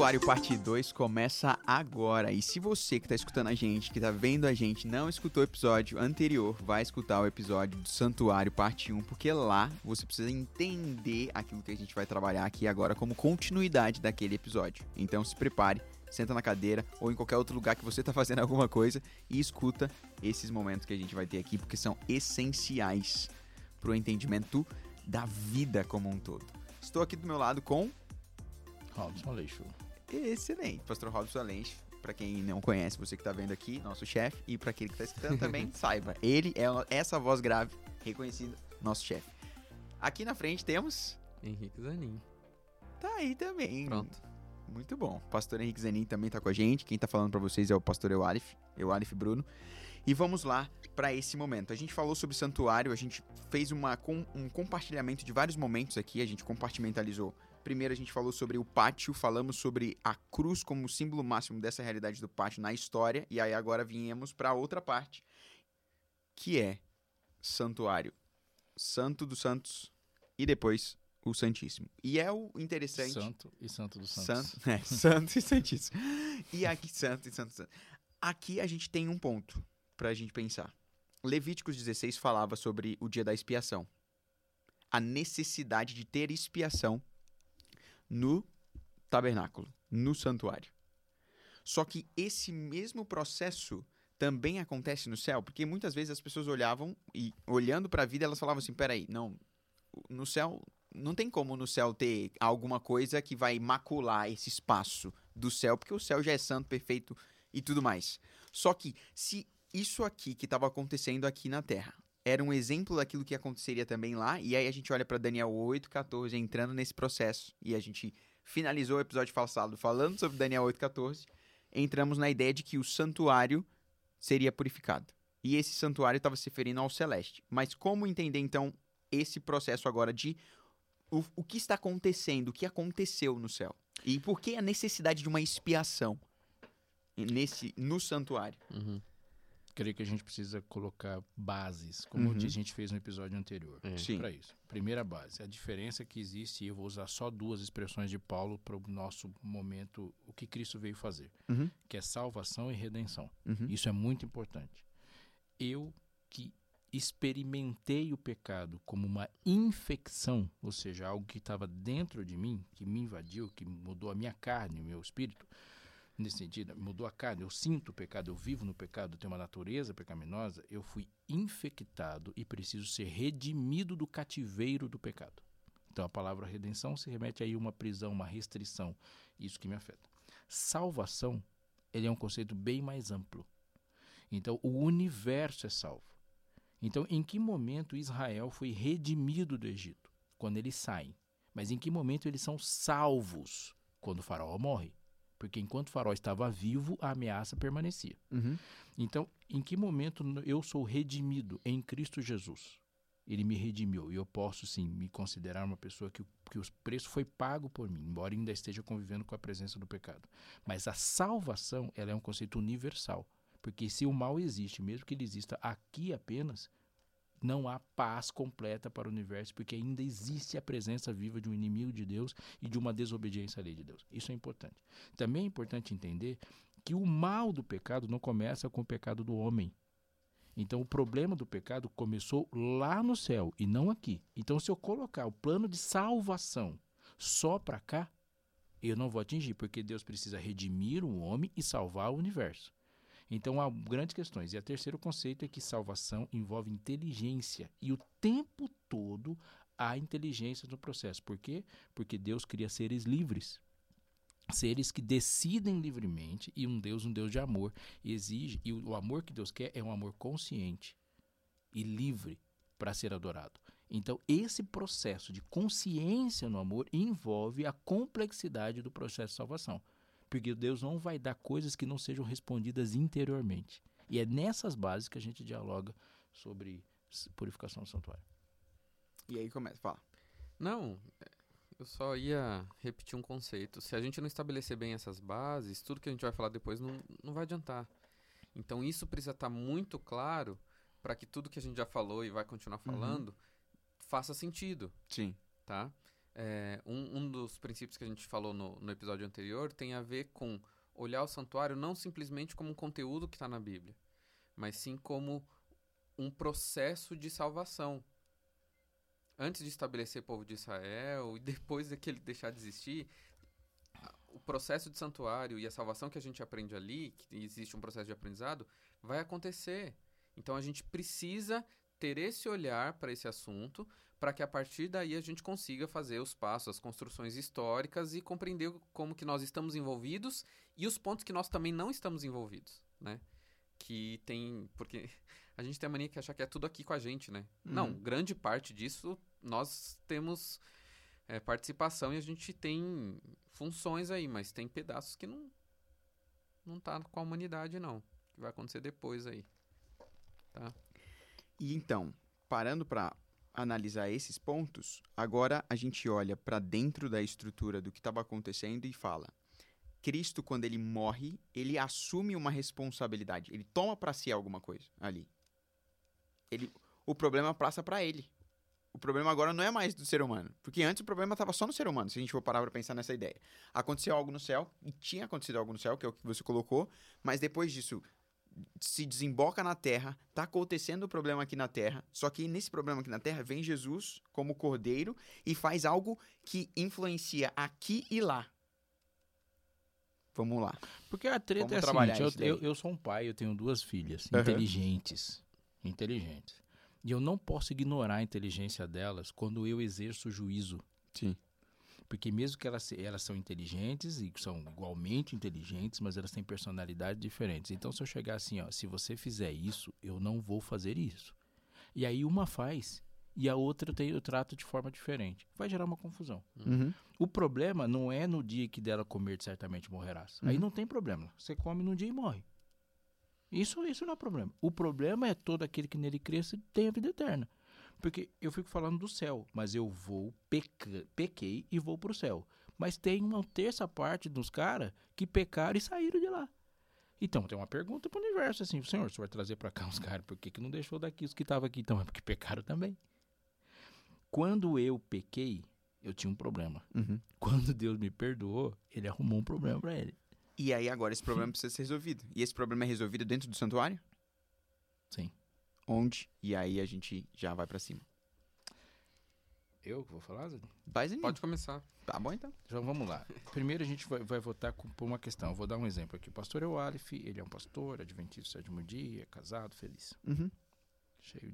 Santuário Parte 2 começa agora. E se você que está escutando a gente, que está vendo a gente, não escutou o episódio anterior, vai escutar o episódio do Santuário Parte 1, porque lá você precisa entender aquilo que a gente vai trabalhar aqui agora como continuidade daquele episódio. Então se prepare, senta na cadeira ou em qualquer outro lugar que você está fazendo alguma coisa e escuta esses momentos que a gente vai ter aqui, porque são essenciais para o entendimento da vida como um todo. Estou aqui do meu lado com... Robson Aleixo. Excelente, Pastor Robson Aleixo. Para quem não conhece, você que está vendo aqui, nosso chefe, e para aquele que está escutando também, saiba, ele é essa voz grave, reconhecida, nosso chefe. Aqui na frente temos... Henrique Zanin. Tá aí também. Pronto. Muito bom. O pastor Henrique Zanin também tá com a gente. Quem tá falando para vocês é o pastor Eualif Bruno. E vamos lá para esse momento. A gente falou sobre santuário, a gente fez um compartilhamento de vários momentos aqui, a gente compartimentalizou. Primeiro a gente falou sobre o pátio, falamos sobre a cruz como símbolo máximo dessa realidade do pátio na história, e aí agora viemos para outra parte, que é santuário, santo dos santos e depois o Santíssimo. E é o interessante... Santo e Santo dos Santos. Santo e Santíssimo. E aqui, Santo e Santo. Aqui a gente tem um ponto pra gente pensar. Levíticos 16 falava sobre o dia da expiação. A necessidade de ter expiação no tabernáculo, no santuário. Só que esse mesmo processo também acontece no céu, porque muitas vezes as pessoas olhavam e, olhando para a vida, elas falavam assim, peraí, não, no céu, não tem como no céu ter alguma coisa que vai macular esse espaço do céu, porque o céu já é santo, perfeito e tudo mais. Só que se isso aqui que estava acontecendo aqui na Terra era um exemplo daquilo que aconteceria também lá, e aí a gente olha para Daniel 8:14 entrando nesse processo, e a gente finalizou o episódio passado falando sobre Daniel 8:14, entramos na ideia de que o santuário seria purificado. E esse santuário estava se referindo ao celeste. Mas como entender então esse processo agora de o que está acontecendo, o que aconteceu no céu? E por que a necessidade de uma expiação no santuário? Creio que a gente precisa colocar bases, como a gente fez no episódio anterior. Sim. Para isso. Primeira base, a diferença que existe, e eu vou usar só duas expressões de Paulo para o nosso momento, o que Cristo veio fazer, que é salvação e redenção. Isso é muito importante. Eu que experimentei o pecado como uma infecção, ou seja, algo que estava dentro de mim, que me invadiu, que mudou a minha carne, o meu espírito, nesse sentido, mudou a carne, eu sinto o pecado, eu vivo no pecado, eu tenho uma natureza pecaminosa, eu fui infectado e preciso ser redimido do cativeiro do pecado. Então a palavra redenção se remete aí a uma prisão, uma restrição, isso que me afeta. Salvação, ele é um conceito bem mais amplo. Então o universo é salvo. Então em que momento Israel foi redimido do Egito? Quando eles saem. Mas em que momento eles são salvos? Quando o faraó morre. Porque enquanto o faraó estava vivo, a ameaça permanecia. Então, em que momento eu sou redimido em Cristo Jesus? Ele me redimiu e eu posso, sim, me considerar uma pessoa que o preço foi pago por mim, embora ainda esteja convivendo com a presença do pecado. Mas a salvação, ela é um conceito universal. Porque se o mal existe, mesmo que ele exista aqui apenas, não há paz completa para o universo, porque ainda existe a presença viva de um inimigo de Deus e de uma desobediência à lei de Deus. Isso é importante. Também é importante entender que o mal do pecado não começa com o pecado do homem. Então, o problema do pecado começou lá no céu e não aqui. Então, se eu colocar o plano de salvação só para cá, eu não vou atingir, porque Deus precisa redimir o homem e salvar o universo. Então, há grandes questões. E o terceiro conceito é que salvação envolve inteligência. E o tempo todo há inteligência no processo. Por quê? Porque Deus cria seres livres. Seres que decidem livremente. E um Deus de amor, exige. E o amor que Deus quer é um amor consciente e livre para ser adorado. Então, esse processo de consciência no amor envolve a complexidade do processo de salvação. Porque Deus não vai dar coisas que não sejam respondidas interiormente. E é nessas bases que a gente dialoga sobre purificação do santuário. E aí começa, fala. Não, eu só ia repetir um conceito. Se a gente não estabelecer bem essas bases, tudo que a gente vai falar depois não vai adiantar. Então isso precisa estar muito claro para que tudo que a gente já falou e vai continuar falando faça sentido. Sim. Tá? Um dos princípios que a gente falou no episódio anterior tem a ver com olhar o santuário não simplesmente como um conteúdo que está na Bíblia, mas sim como um processo de salvação. Antes de estabelecer o povo de Israel e depois que ele deixar de existir, o processo de santuário e a salvação que a gente aprende ali, que existe um processo de aprendizado, vai acontecer. Então a gente precisa ter esse olhar para esse assunto, para que a partir daí a gente consiga fazer os passos, as construções históricas e compreender como que nós estamos envolvidos e os pontos que nós também não estamos envolvidos, né? Porque a gente tem a mania de achar que é tudo aqui com a gente, né? Não, grande parte disso nós temos participação e a gente tem funções aí, mas tem pedaços que não tá com a humanidade, não. Que vai acontecer depois aí, tá? E então, parando para analisar esses pontos, agora a gente olha para dentro da estrutura do que estava acontecendo e fala: Cristo, quando ele morre, ele assume uma responsabilidade, ele toma para si alguma coisa ali. O problema passa para ele. O problema agora não é mais do ser humano, porque antes o problema estava só no ser humano, se a gente for parar para pensar nessa ideia. Aconteceu algo no céu, e tinha acontecido algo no céu, que é o que você colocou, mas depois disso se desemboca na terra, tá acontecendo o problema aqui na terra, só que nesse problema aqui na terra vem Jesus como cordeiro e faz algo que influencia aqui e lá. Vamos lá. Porque a treta é a seguinte, eu sou um pai, eu tenho 2 filhas inteligentes. E eu não posso ignorar a inteligência delas quando eu exerço juízo. Sim. Porque mesmo que elas são inteligentes e são igualmente inteligentes, mas elas têm personalidades diferentes. Então, se eu chegar assim, ó, se você fizer isso, eu não vou fazer isso. E aí uma faz e a outra eu trato de forma diferente. Vai gerar uma confusão. O problema não é no dia que dela comer, certamente morrerás. Aí não tem problema. Você come num dia e morre. Isso não é problema. O problema é todo aquele que nele cresce e tem a vida eterna. Porque eu fico falando do céu, mas eu pequei e vou pro céu. Mas tem uma terça parte dos caras que pecaram e saíram de lá. Então, tem uma pergunta pro universo, assim, Senhor, você vai trazer para cá os caras, por que não deixou daqui os que estavam aqui? Então, é porque pecaram também. Quando eu pequei, eu tinha um problema. Quando Deus me perdoou, ele arrumou um problema para ele. E aí agora esse problema precisa ser resolvido. E esse problema é resolvido dentro do santuário? Sim. Onde? E aí a gente já vai pra cima. Eu que vou falar, Zé? Pode começar. Tá bom, então. Então vamos lá. Primeiro a gente vai votar por uma questão. Eu vou dar um exemplo aqui. O pastor Eualif, ele é um pastor, adventista do 7º dia, casado, feliz. Cheio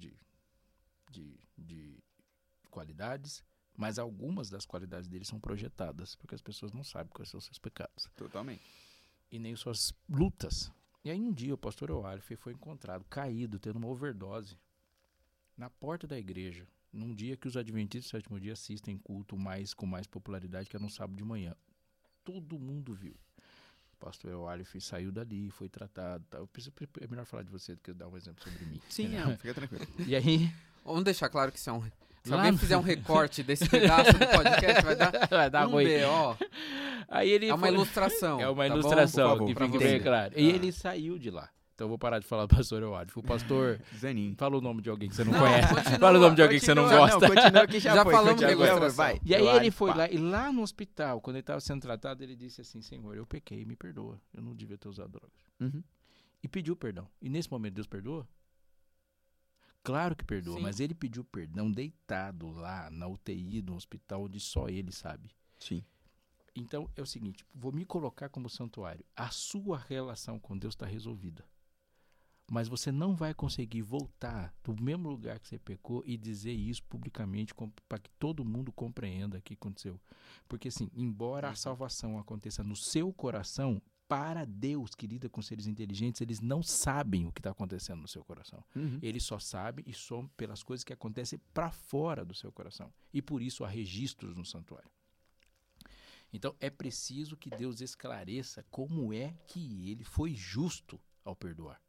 de qualidades, mas algumas das qualidades dele são projetadas, porque as pessoas não sabem quais são os seus pecados. Totalmente. E nem suas lutas. E aí um dia o pastor Eualif foi encontrado caído, tendo uma overdose, na porta da igreja, num dia que os adventistas do 7º dia assistem culto com mais popularidade, que é no sábado de manhã. Todo mundo viu. O pastor Eualif saiu dali, foi tratado. É melhor falar de você do que dar um exemplo sobre mim. Sim, não, fica tranquilo. E aí... Vamos deixar claro que isso é um... Se alguém fizer um recorte desse pedaço do podcast, vai dar um BO. Aí ele uma ilustração. É uma tá ilustração, bom? que fique bem claro. E ele saiu de lá. Então eu vou parar de falar do pastor Eualif. O pastor... Zanin. Fala o nome de alguém que você não conhece. Fala o nome de alguém que você não gosta. Não, continua que já foi. Falamos de ilustração. Vai. E aí ele foi lá, e lá no hospital, quando ele estava sendo tratado, ele disse assim, Senhor, eu pequei, me perdoa. Eu não devia ter usado drogas. E pediu perdão. E nesse momento Deus perdoa? Claro que perdoa, sim, mas ele pediu perdão deitado lá na UTI, no hospital, onde só ele sabe. Sim. Então é o seguinte, vou me colocar como santuário. A sua relação com Deus está resolvida. Mas você não vai conseguir voltar do mesmo lugar que você pecou e dizer isso publicamente para que todo mundo compreenda o que aconteceu. Porque assim, embora a salvação aconteça no seu coração, para Deus, que lida com seres inteligentes, eles não sabem o que está acontecendo no seu coração. Eles só sabem e são pelas coisas que acontecem para fora do seu coração. E por isso há registros no santuário. Então é preciso que Deus esclareça como é que ele foi justo ao perdoar.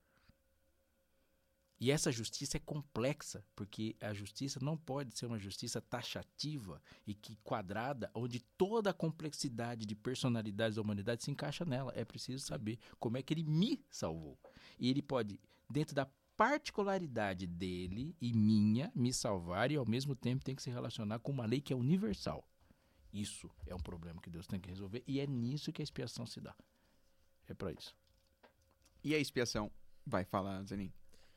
E essa justiça é complexa, porque a justiça não pode ser uma justiça taxativa e quadrada, onde toda a complexidade de personalidades da humanidade se encaixa nela. É preciso saber como é que ele me salvou. E ele pode, dentro da particularidade dele e minha, me salvar e ao mesmo tempo tem que se relacionar com uma lei que é universal. Isso é um problema que Deus tem que resolver e é nisso que a expiação se dá. É para isso. E a expiação? Vai falar, Zanin.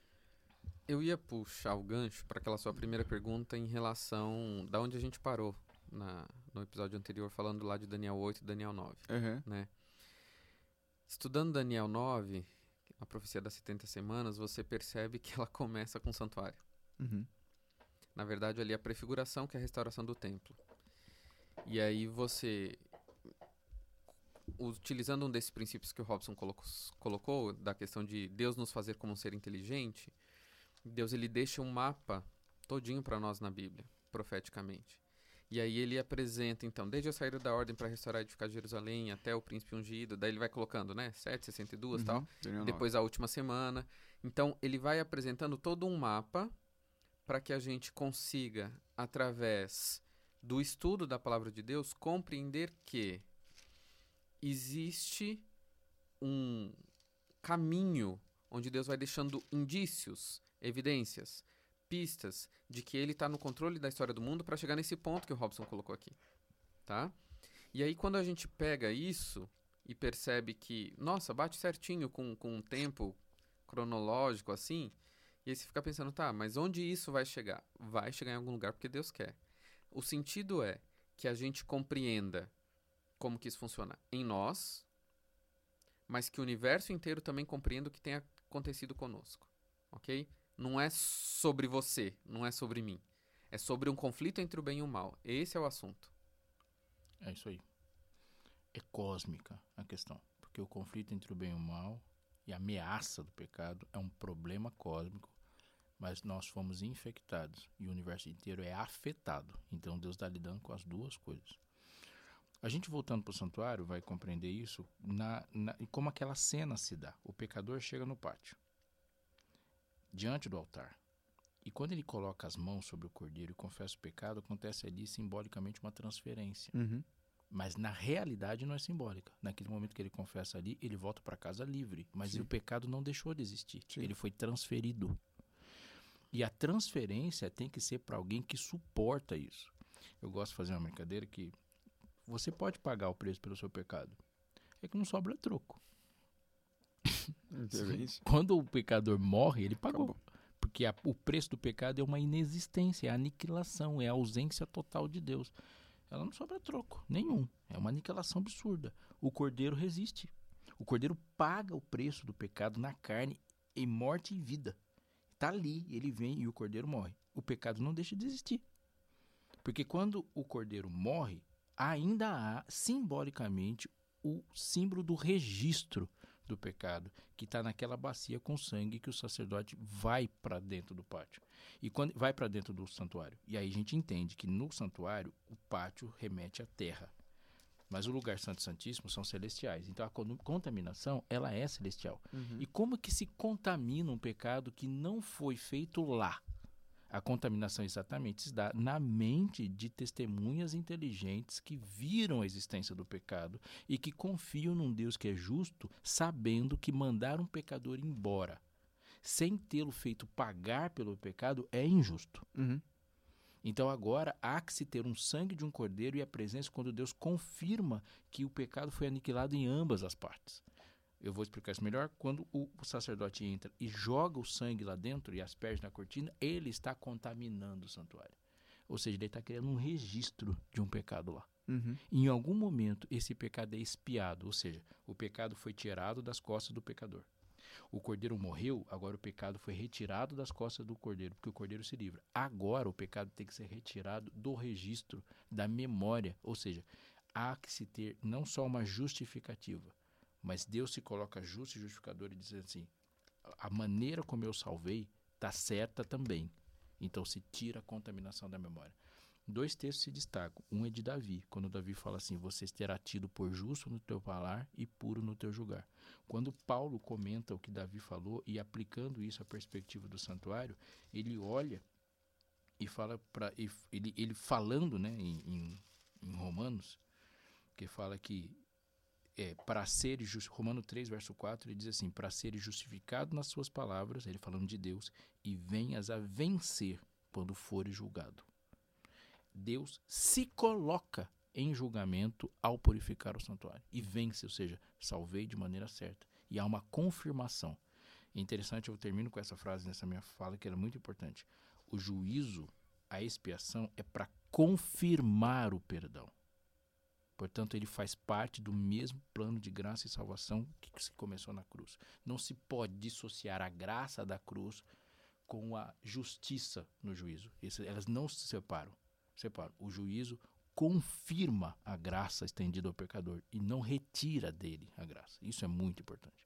Eu ia puxar o gancho para aquela sua primeira pergunta em relação da onde a gente parou no episódio anterior, falando lá de Daniel 8 e Daniel 9. Né? Estudando Daniel 9, a profecia das 70 semanas, você percebe que ela começa com o santuário. Na verdade, ali é a prefiguração, que é a restauração do templo. E aí você, utilizando um desses princípios que o Robson colocou, da questão de Deus nos fazer como um ser inteligente, Deus ele deixa um mapa todinho para nós na Bíblia, profeticamente. E aí ele apresenta, então, desde a saída da ordem para restaurar e edificar Jerusalém até o príncipe ungido, daí ele vai colocando, né, 762 e tal, depois a última semana. Então, ele vai apresentando todo um mapa para que a gente consiga, através do estudo da palavra de Deus, compreender que existe um caminho onde Deus vai deixando indícios, evidências, pistas de que ele está no controle da história do mundo para chegar nesse ponto que o Robson colocou aqui, tá? E aí quando a gente pega isso e percebe que, nossa, bate certinho com um tempo cronológico assim, e aí você fica pensando, tá, mas onde isso vai chegar? Vai chegar em algum lugar porque Deus quer. O sentido é que a gente compreenda como que isso funciona em nós, mas que o universo inteiro também compreenda o que tem acontecido conosco, ok? Não é sobre você, não é sobre mim. É sobre um conflito entre o bem e o mal. Esse é o assunto. É isso aí. É cósmica a questão. Porque o conflito entre o bem e o mal e a ameaça do pecado é um problema cósmico, mas nós fomos infectados e o universo inteiro é afetado. Então Deus está lidando com as duas coisas. A gente voltando para o santuário vai compreender isso e como aquela cena se dá. O pecador chega no pátio, diante do altar. E quando ele coloca as mãos sobre o cordeiro e confessa o pecado, acontece ali simbolicamente uma transferência. Mas na realidade não é simbólica. Naquele momento que ele confessa ali, ele volta para casa livre. Mas o pecado não deixou de existir. Ele foi transferido. E a transferência tem que ser para alguém que suporta isso. Eu gosto de fazer uma brincadeira que você pode pagar o preço pelo seu pecado. É que não sobra troco. Quando o pecador morre, ele pagou. Acabou. Porque o preço do pecado é uma inexistência, é a aniquilação, é a ausência total de Deus. Ela não sobra troco nenhum. É uma aniquilação absurda. O cordeiro resiste. O cordeiro paga o preço do pecado na carne, em morte e vida. Está ali, ele vem e o cordeiro morre. O pecado não deixa de existir. Porque quando o cordeiro morre, ainda há simbolicamente o símbolo do registro do pecado, que está naquela bacia com sangue que o sacerdote vai para dentro do pátio. E quando vai para dentro do santuário. E aí a gente entende que no santuário o pátio remete à terra. Mas o lugar santo e santíssimo são celestiais. Então a contaminação, ela é celestial. E como que se contamina um pecado que não foi feito lá? A contaminação exatamente se dá na mente de testemunhas inteligentes que viram a existência do pecado e que confiam num Deus que é justo, sabendo que mandar um pecador embora sem tê-lo feito pagar pelo pecado é injusto. Então agora há que se ter um sangue de um cordeiro e a presença quando Deus confirma que o pecado foi aniquilado em ambas as partes. Eu vou explicar isso melhor. Quando o sacerdote entra e joga o sangue lá dentro e asperge na cortina, ele está contaminando o santuário. Ou seja, ele está criando um registro de um pecado lá. Em algum momento, esse pecado é expiado, ou seja, o pecado foi tirado das costas do pecador. O cordeiro morreu, agora o pecado foi retirado das costas do cordeiro, porque o cordeiro se livra. Agora o pecado tem que ser retirado do registro, da memória, ou seja, há que se ter não só uma justificativa, mas Deus se coloca justo e justificador e diz assim, a maneira como eu salvei está certa também. Então se tira a contaminação da memória. 2 textos se destacam. Um é de Davi, quando Davi fala assim, você terá tido por justo no teu falar e puro no teu julgar. Quando Paulo comenta o que Davi falou e aplicando isso à perspectiva do santuário, ele olha e fala para ele falando, né, em Romanos, que fala que para seres Romano 3, verso 4, ele diz assim, para seres justificado nas suas palavras, ele falando de Deus, e venhas a vencer quando fores julgado. Deus se coloca em julgamento ao purificar o santuário. E vence, ou seja, salvei de maneira certa. E há uma confirmação. É interessante, eu termino com essa frase nessa minha fala, que era muito importante. O juízo, a expiação, é para confirmar o perdão. Portanto, ele faz parte do mesmo plano de graça e salvação que se começou na cruz. Não se pode dissociar a graça da cruz com a justiça no juízo. Elas não se separam. O juízo confirma a graça estendida ao pecador e não retira dele a graça. Isso é muito importante.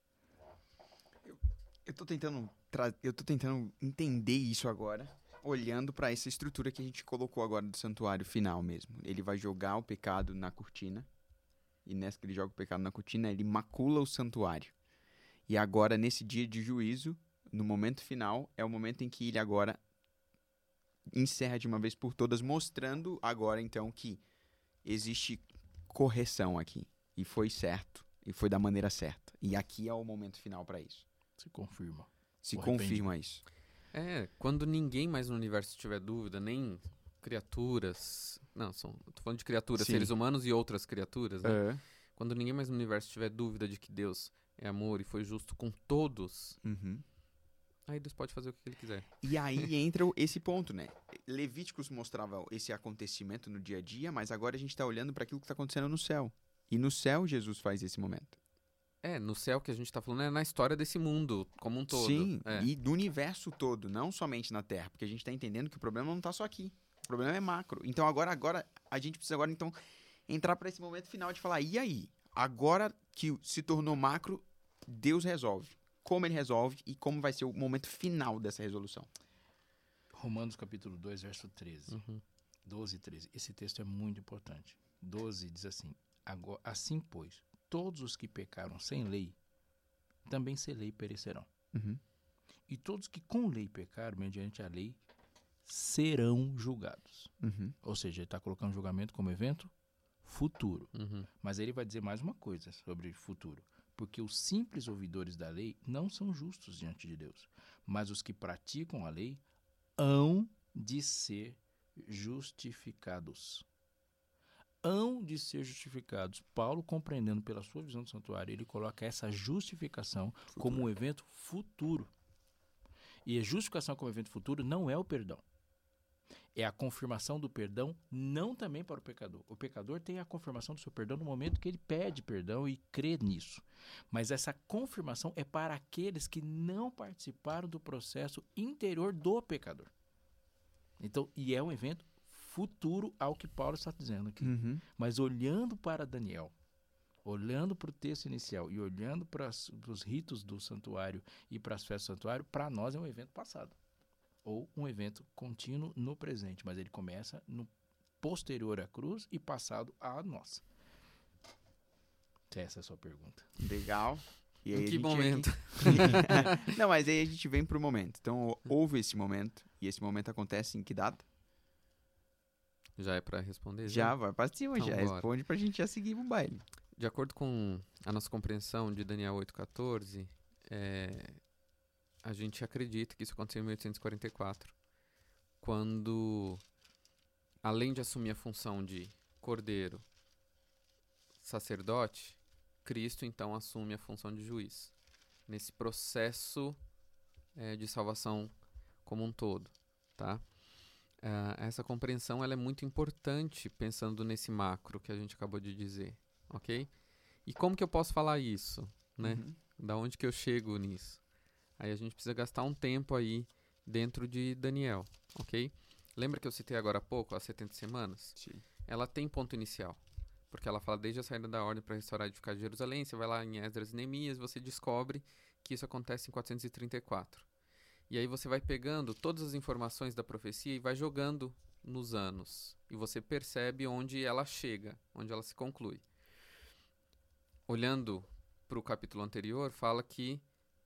Eu tô tentando entender isso agora, olhando para essa estrutura que a gente colocou agora do santuário final mesmo. Ele vai jogar o pecado na cortina, e nessa que ele joga o pecado na cortina, ele macula o santuário. E agora, nesse dia de juízo, no momento final, é o momento em que ele agora encerra de uma vez por todas, mostrando agora, então, que existe correção aqui. E foi certo, e foi da maneira certa. E aqui é o momento final para isso. Se confirma. Se confirma isso. Quando ninguém mais no universo tiver dúvida, nem criaturas... Não, eu tô falando de criaturas, Sim. seres humanos e outras criaturas, né? Quando ninguém mais no universo tiver dúvida de que Deus é amor e foi justo com todos, aí Deus pode fazer o que ele quiser. E aí entra esse ponto, né? Levíticos mostrava esse acontecimento no dia a dia, mas agora a gente está olhando para aquilo que está acontecendo no céu. E no céu Jesus faz esse momento. No céu que a gente tá falando é na história desse mundo como um todo. Sim, e do universo todo, não somente na Terra, porque a gente está entendendo que o problema não está só aqui. O problema é macro. Então agora a gente precisa agora então entrar para esse momento final de falar, e aí? Agora que se tornou macro, Deus resolve. Como ele resolve e como vai ser o momento final dessa resolução. Romanos capítulo 2, verso 13. 12 e 13. Esse texto é muito importante. 12 diz assim: agora, assim, pois, todos os que pecaram sem lei, também sem lei perecerão. E todos que com lei pecaram, mediante a lei, serão julgados. Ou seja, ele está colocando julgamento como evento futuro. Mas ele vai dizer mais uma coisa sobre futuro. Porque os simples ouvidores da lei não são justos diante de Deus. Mas os que praticam a lei hão de ser justificados. Hão de ser justificados. Paulo, compreendendo pela sua visão do santuário, ele coloca essa justificação como um evento futuro. E a justificação como evento futuro não é o perdão. É a confirmação do perdão, não também para o pecador. O pecador tem a confirmação do seu perdão no momento que ele pede perdão e crê nisso. Mas essa confirmação é para aqueles que não participaram do processo interior do pecador. Então, e é um evento futuro ao que Paulo está dizendo aqui. Mas olhando para Daniel, olhando para o texto inicial e olhando para os ritos do santuário e para as festas do santuário, para nós é um evento passado. Ou um evento contínuo no presente, mas ele começa no posterior à cruz e passado à nossa. Essa é a sua pergunta. Legal. E aí em que momento? Não, mas aí a gente vem pro momento. Então, houve esse momento, e esse momento acontece em que data? Já é para responder? Já, vai pra cima, Então, já bora. responde pra gente já seguir pro baile. De acordo com a nossa compreensão de Daniel 8,14, a gente acredita que isso aconteceu em 1844, quando, além de assumir a função de cordeiro, sacerdote, Cristo então assume a função de juiz, nesse processo de salvação como um todo, tá? Essa compreensão ela é muito importante pensando nesse macro que a gente acabou de dizer, ok? E como que eu posso falar isso, né? Da onde que eu chego nisso? Aí a gente precisa gastar um tempo aí dentro de Daniel, ok? Lembra que eu citei agora há pouco, as 70 semanas? Sim. Ela tem ponto inicial, porque ela fala desde a saída da ordem para restaurar e edificar Jerusalém, você vai lá em Esdras e Neemias, você descobre que isso acontece em 434. E aí você vai pegando todas as informações da profecia e vai jogando nos anos. E você percebe onde ela chega, onde ela se conclui. Olhando para o capítulo anterior, fala que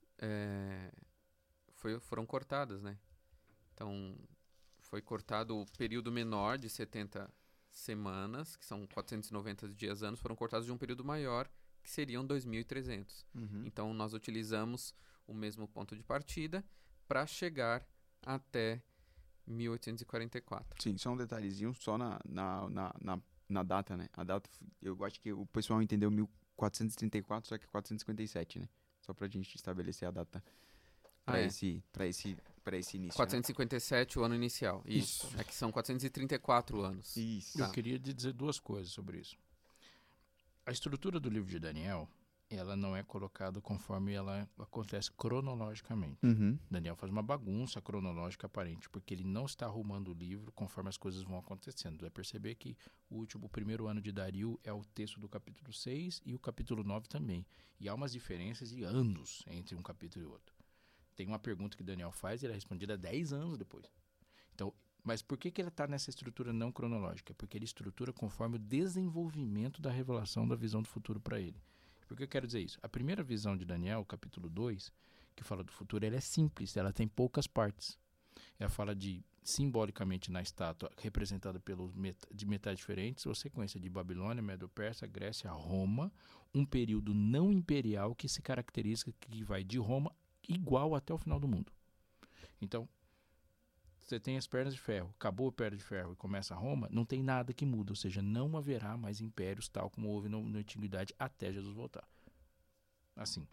foram cortadas, né? Então, foi cortado o período menor de 70 semanas, que são 490 dias anos, foram cortados de um período maior, que seriam 2.300. Então, nós utilizamos o mesmo ponto de partida para chegar até 1844. Sim, só um detalhezinho, só na na data, né? A data, eu acho que o pessoal entendeu 1434, só que 457, né? Só pra gente estabelecer a data pra esse início. 457, né? O ano inicial. Isso. É que são 434 anos. Isso. Eu queria dizer duas coisas sobre isso. A estrutura do livro de Daniel, ela não é colocada conforme ela acontece cronologicamente. Daniel faz uma bagunça cronológica aparente, porque ele não está arrumando o livro conforme as coisas vão acontecendo. Vai perceber que o primeiro ano de Dario é o texto do capítulo 6 e o capítulo 9 também. E há umas diferenças de anos entre um capítulo e outro. Tem uma pergunta que Daniel faz e ela é respondida 10 anos depois. Então, mas por que ele está nessa estrutura não cronológica? Porque ele estrutura conforme o desenvolvimento da revelação da visão do futuro para ele. Por que eu quero dizer isso? A primeira visão de Daniel, capítulo 2, que fala do futuro, ela é simples, ela tem poucas partes. Ela fala simbolicamente na estátua, representada de metais diferentes, ou sequência de Babilônia, Medo-Persa, Grécia, Roma, um período não imperial que se caracteriza, que vai de Roma igual até o final do mundo. Então, você tem as pernas de ferro, acabou a perna de ferro e começa Roma, não tem nada que muda, ou seja, não haverá mais impérios tal como houve na antiguidade até Jesus voltar. Assim.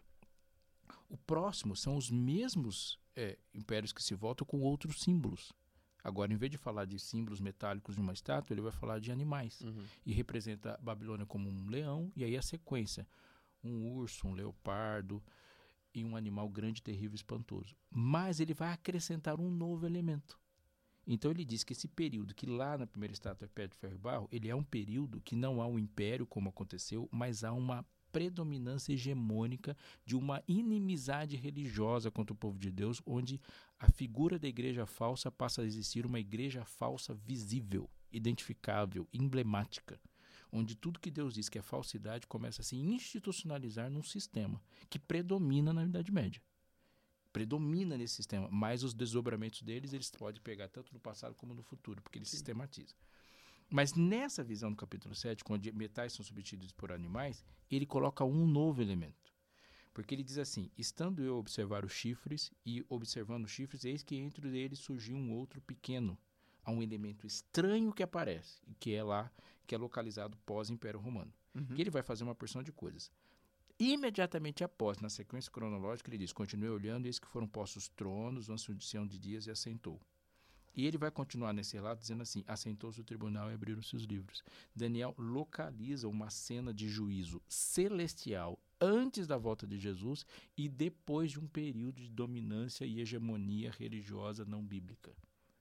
O próximo são os mesmos impérios que se voltam com outros símbolos. Agora, em vez de falar de símbolos metálicos de uma estátua, ele vai falar de animais. E representa a Babilônia como um leão, e aí a sequência. Um urso, um leopardo e um animal grande, terrível, espantoso. Mas ele vai acrescentar um novo elemento. Então ele diz que esse período, que lá na primeira estátua é pedra, ferro e barro, ele é um período que não há um império como aconteceu, mas há uma predominância hegemônica de uma inimizade religiosa contra o povo de Deus, onde a figura da igreja falsa passa a existir uma igreja falsa visível, identificável, emblemática, onde tudo que Deus diz que é falsidade começa a se institucionalizar num sistema que predomina na Idade Média. Predomina nesse sistema, mas os desdobramentos deles, eles podem pegar tanto no passado como no futuro, porque ele sistematiza. Mas nessa visão do capítulo 7, quando metais são substituídos por animais, ele coloca um novo elemento. Porque ele diz assim, estando eu a observar os chifres, e observando os chifres, eis que entre eles surgiu um outro pequeno. Há um elemento estranho que aparece, que é lá, que é localizado pós-Império Romano. Que ele vai fazer uma porção de coisas. Imediatamente após, na sequência cronológica, ele diz, continuei olhando, eis que foram postos tronos, o ancião de dias e assentou. E ele vai continuar nesse relato dizendo assim, assentou-se o tribunal e abriram-se os livros. Daniel localiza uma cena de juízo celestial antes da volta de Jesus e depois de um período de dominância e hegemonia religiosa não bíblica.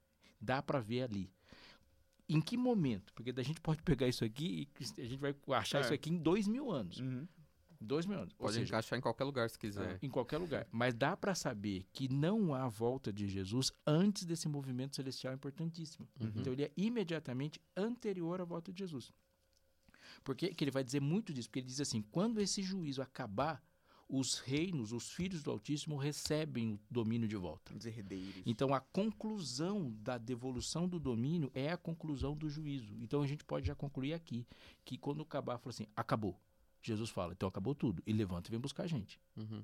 Dá para ver ali. Em que momento? Porque a gente pode pegar isso aqui e a gente vai achar isso aqui em 2000 anos. 2000 anos. Pode encaixar em qualquer lugar se quiser. Em qualquer lugar. Mas dá para saber que não há volta de Jesus antes desse movimento celestial importantíssimo. Então ele é imediatamente anterior à volta de Jesus. Por que ele vai dizer muito disso? Porque ele diz assim, quando esse juízo acabar, os reinos, os filhos do Altíssimo recebem o domínio de volta. Os herdeiros. Então a conclusão da devolução do domínio é a conclusão do juízo. Então a gente pode já concluir aqui, que quando acabar, fala assim, acabou. Jesus fala, então acabou tudo, e levanta e vem buscar a gente.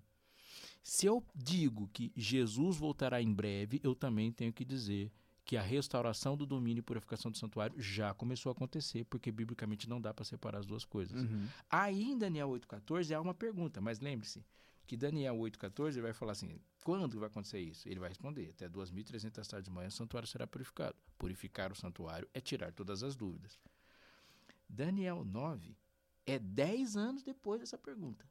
Se eu digo que Jesus voltará em breve, eu também tenho que dizer que a restauração do domínio e purificação do santuário já começou a acontecer, porque biblicamente não dá para separar as duas coisas. Aí em Daniel 8,14 há uma pergunta, mas lembre-se que Daniel 8,14 vai falar assim, quando vai acontecer isso? Ele vai responder, até 2.300 tardes de manhã o santuário será purificado. Purificar o santuário é tirar todas as dúvidas. Daniel 9 é 10 anos depois dessa pergunta.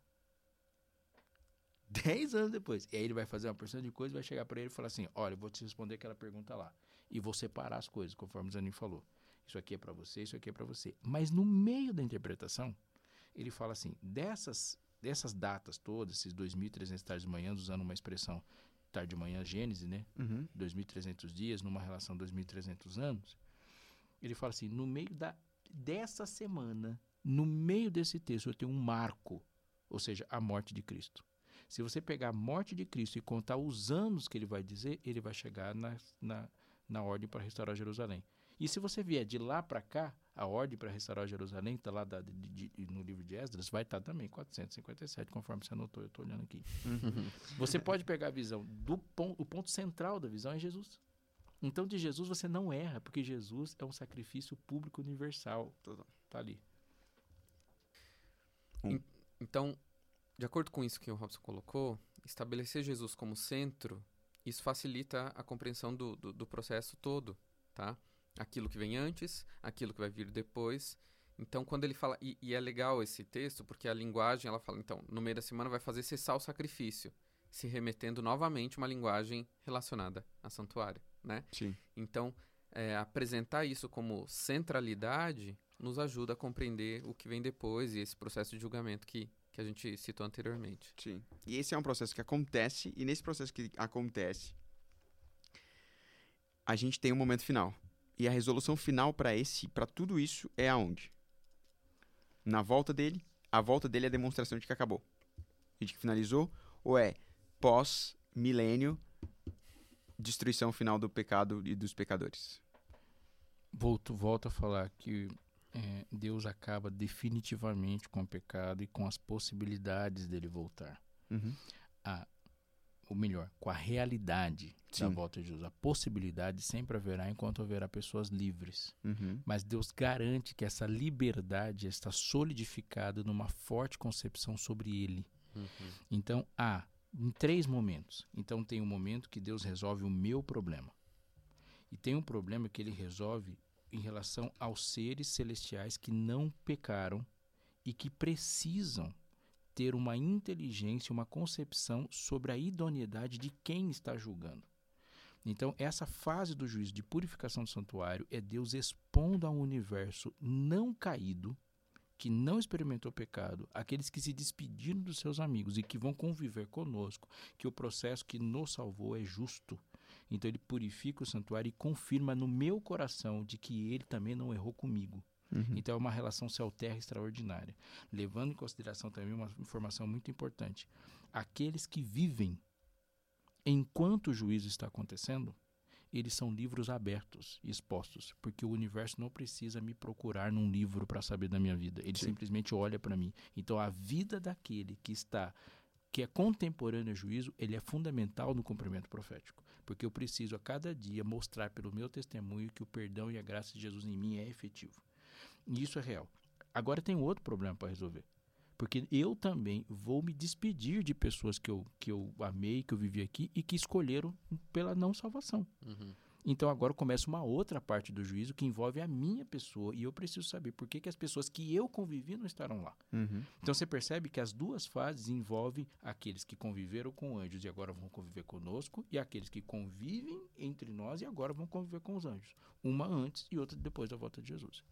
10 anos depois. E aí ele vai fazer uma porção de coisas, vai chegar para ele e falar assim, olha, eu vou te responder aquela pergunta lá. E vou separar as coisas, conforme o Zanin falou. Isso aqui é para você, isso aqui é para você. Mas no meio da interpretação, ele fala assim, dessas datas todas, esses 2.300 tardes de manhã, usando uma expressão tarde de manhã, Gênesis, né? 2.300 dias, numa relação 2.300 anos. Ele fala assim, no meio dessa semana, no meio desse texto, eu tenho um marco, ou seja, a morte de Cristo. Se você pegar a morte de Cristo e contar os anos que ele vai dizer, ele vai chegar na ordem para restaurar Jerusalém. E se você vier de lá para cá, a ordem para restaurar Jerusalém, está lá no livro de Esdras, vai estar também 457, conforme você anotou, eu estou olhando aqui. Você pode pegar a visão, o ponto central da visão é Jesus. Então de Jesus você não erra, porque Jesus é um sacrifício público universal. tá ali. Então, de acordo com isso que o Robson colocou, estabelecer Jesus como centro, isso facilita a compreensão do processo todo, tá? Aquilo que vem antes, aquilo que vai vir depois. Então, quando ele fala... E é legal esse texto, porque a linguagem, ela fala, então, no meio da semana vai fazer cessar o sacrifício, se remetendo novamente a uma linguagem relacionada a santuário, né? Sim. Então, apresentar isso como centralidade nos ajuda a compreender o que vem depois e esse processo de julgamento que a gente citou anteriormente. Sim. E esse é um processo que acontece, e nesse processo que acontece, a gente tem um momento final. E a resolução final para tudo isso é aonde? Na volta dele. A volta dele é a demonstração de que acabou. De que finalizou, ou é pós-milênio, destruição final do pecado e dos pecadores? Volto a falar que Deus acaba definitivamente com o pecado e com as possibilidades dele voltar. Uhum. Ou melhor, com a realidade Sim. da volta de Jesus. A possibilidade sempre haverá enquanto haverá pessoas livres. Uhum. Mas Deus garante que essa liberdade está solidificada numa forte concepção sobre ele. Uhum. Então, em 3 momentos. Então, tem um momento que Deus resolve o meu problema. E tem um problema que ele resolve em relação aos seres celestiais que não pecaram e que precisam ter uma inteligência, uma concepção sobre a idoneidade de quem está julgando. Então, essa fase do juízo de purificação do santuário é Deus expondo ao universo não caído, que não experimentou pecado, aqueles que se despediram dos seus amigos e que vão conviver conosco, que o processo que nos salvou é justo. Então, ele purifica o santuário e confirma no meu coração de que ele também não errou comigo. Uhum. Então é uma relação céu-terra extraordinária. Levando em consideração também uma informação muito importante. Aqueles que vivem enquanto o juízo está acontecendo, eles são livros abertos e expostos, porque o universo não precisa me procurar num livro para saber da minha vida. Ele simplesmente olha para mim. Então a vida daquele que é contemporâneo ao juízo, ele é fundamental no cumprimento profético. Porque eu preciso a cada dia mostrar pelo meu testemunho que o perdão e a graça de Jesus em mim é efetivo. E isso é real. Agora tem outro problema para resolver. Porque eu também vou me despedir de pessoas que eu amei, que eu vivi aqui e que escolheram pela não salvação. Uhum. Então agora começa uma outra parte do juízo que envolve a minha pessoa e eu preciso saber por que as pessoas que eu convivi não estarão lá. Uhum. Então você percebe que as duas fases envolvem aqueles que conviveram com anjos e agora vão conviver conosco e aqueles que convivem entre nós e agora vão conviver com os anjos. Uma antes e outra depois da volta de Jesus.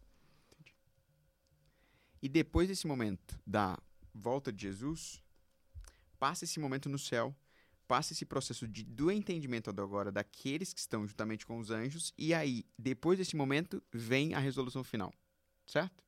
E depois desse momento da volta de Jesus, passa esse momento no céu, passa esse processo do entendimento agora daqueles que estão juntamente com os anjos, e aí, depois desse momento, vem a resolução final, certo?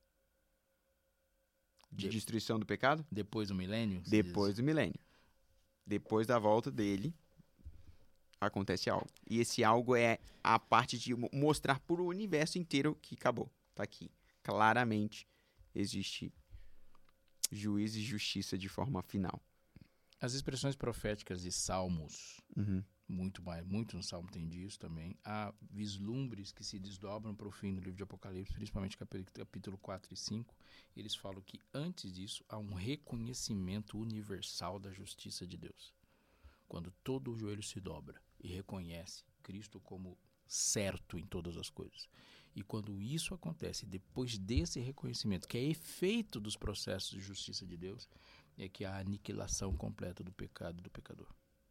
De destruição do pecado? Depois do milênio? Depois do milênio. Depois da volta dele, acontece algo. E esse algo é a parte de mostrar para o universo inteiro que acabou. Tá aqui. Claramente existe juízo e justiça de forma final. As expressões proféticas de Salmos, muito no Salmo tem disso também. Há vislumbres que se desdobram para o fim do livro de Apocalipse, principalmente capítulo 4 e 5. Eles falam que antes disso há um reconhecimento universal da justiça de Deus. Quando todo o joelho se dobra e reconhece Cristo como certo em todas as coisas. E quando isso acontece, depois desse reconhecimento, que é efeito dos processos de justiça de Deus, é que há a aniquilação completa do pecado e do pecador.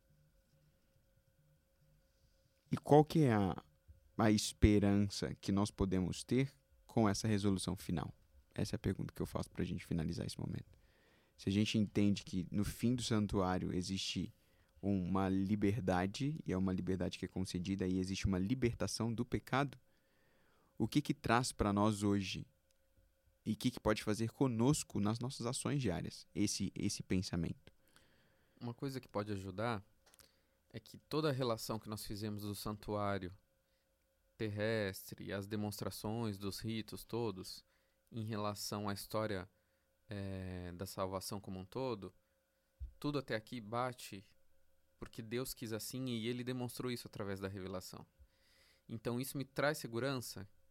E qual que é a esperança que nós podemos ter com essa resolução final? Essa é a pergunta que eu faço para a gente finalizar esse momento. Se a gente entende que no fim do santuário existe uma liberdade, e é uma liberdade que é concedida, e existe uma libertação do pecado, o que traz para nós hoje e o que pode fazer conosco nas nossas ações diárias esse pensamento? Uma coisa que pode ajudar é que toda a relação que nós fizemos do santuário terrestre, as demonstrações dos ritos todos, em relação à história da salvação como um todo, tudo até aqui bate porque Deus quis assim e Ele demonstrou isso através da revelação. Então isso me traz segurança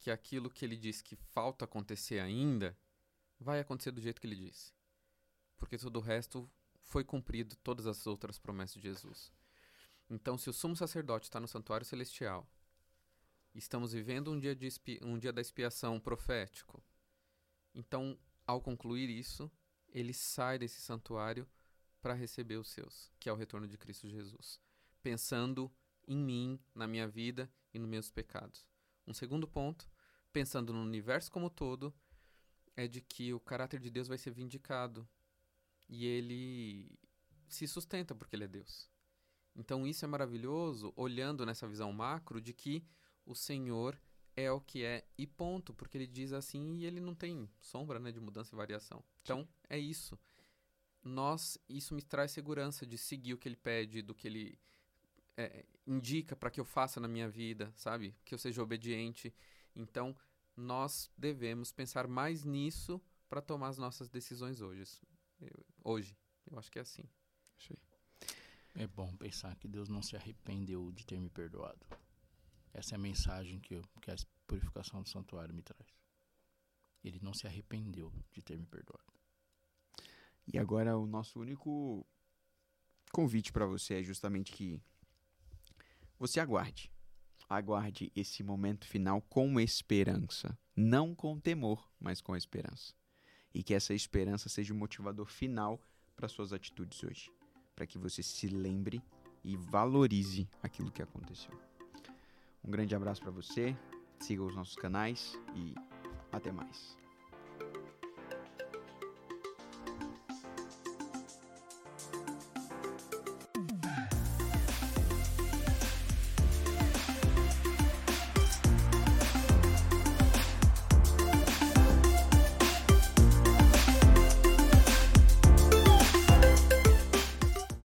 que aquilo que ele disse que falta acontecer ainda, vai acontecer do jeito que ele disse. Porque todo o resto foi cumprido, todas as outras promessas de Jesus. Então, se o sumo sacerdote está no santuário celestial, estamos vivendo um dia da expiação profético, então, ao concluir isso, ele sai desse santuário para receber os seus, que é o retorno de Cristo Jesus, pensando em mim, na minha vida e nos meus pecados. Um segundo ponto, pensando no universo como todo, é de que o caráter de Deus vai ser vindicado e ele se sustenta porque ele é Deus. Então isso é maravilhoso, olhando nessa visão macro de que o Senhor é o que é e ponto, porque ele diz assim e ele não tem sombra, né, de mudança e variação. Então é isso. Isso me traz segurança de seguir o que ele pede, do que ele indica para que eu faça na minha vida, sabe? Que eu seja obediente. Então nós devemos pensar mais nisso para tomar as nossas decisões hoje. Eu acho que é assim. Isso aí. É bom pensar que Deus não se arrependeu de ter me perdoado. Essa é a mensagem que a purificação do santuário me traz. Ele não se arrependeu de ter me perdoado. E agora o nosso único convite para você é justamente que você aguarde. Aguarde esse momento final com esperança. Não com temor, mas com esperança. E que essa esperança seja o motivador final para suas atitudes hoje. Para que você se lembre e valorize aquilo que aconteceu. Um grande abraço para você, siga os nossos canais e até mais.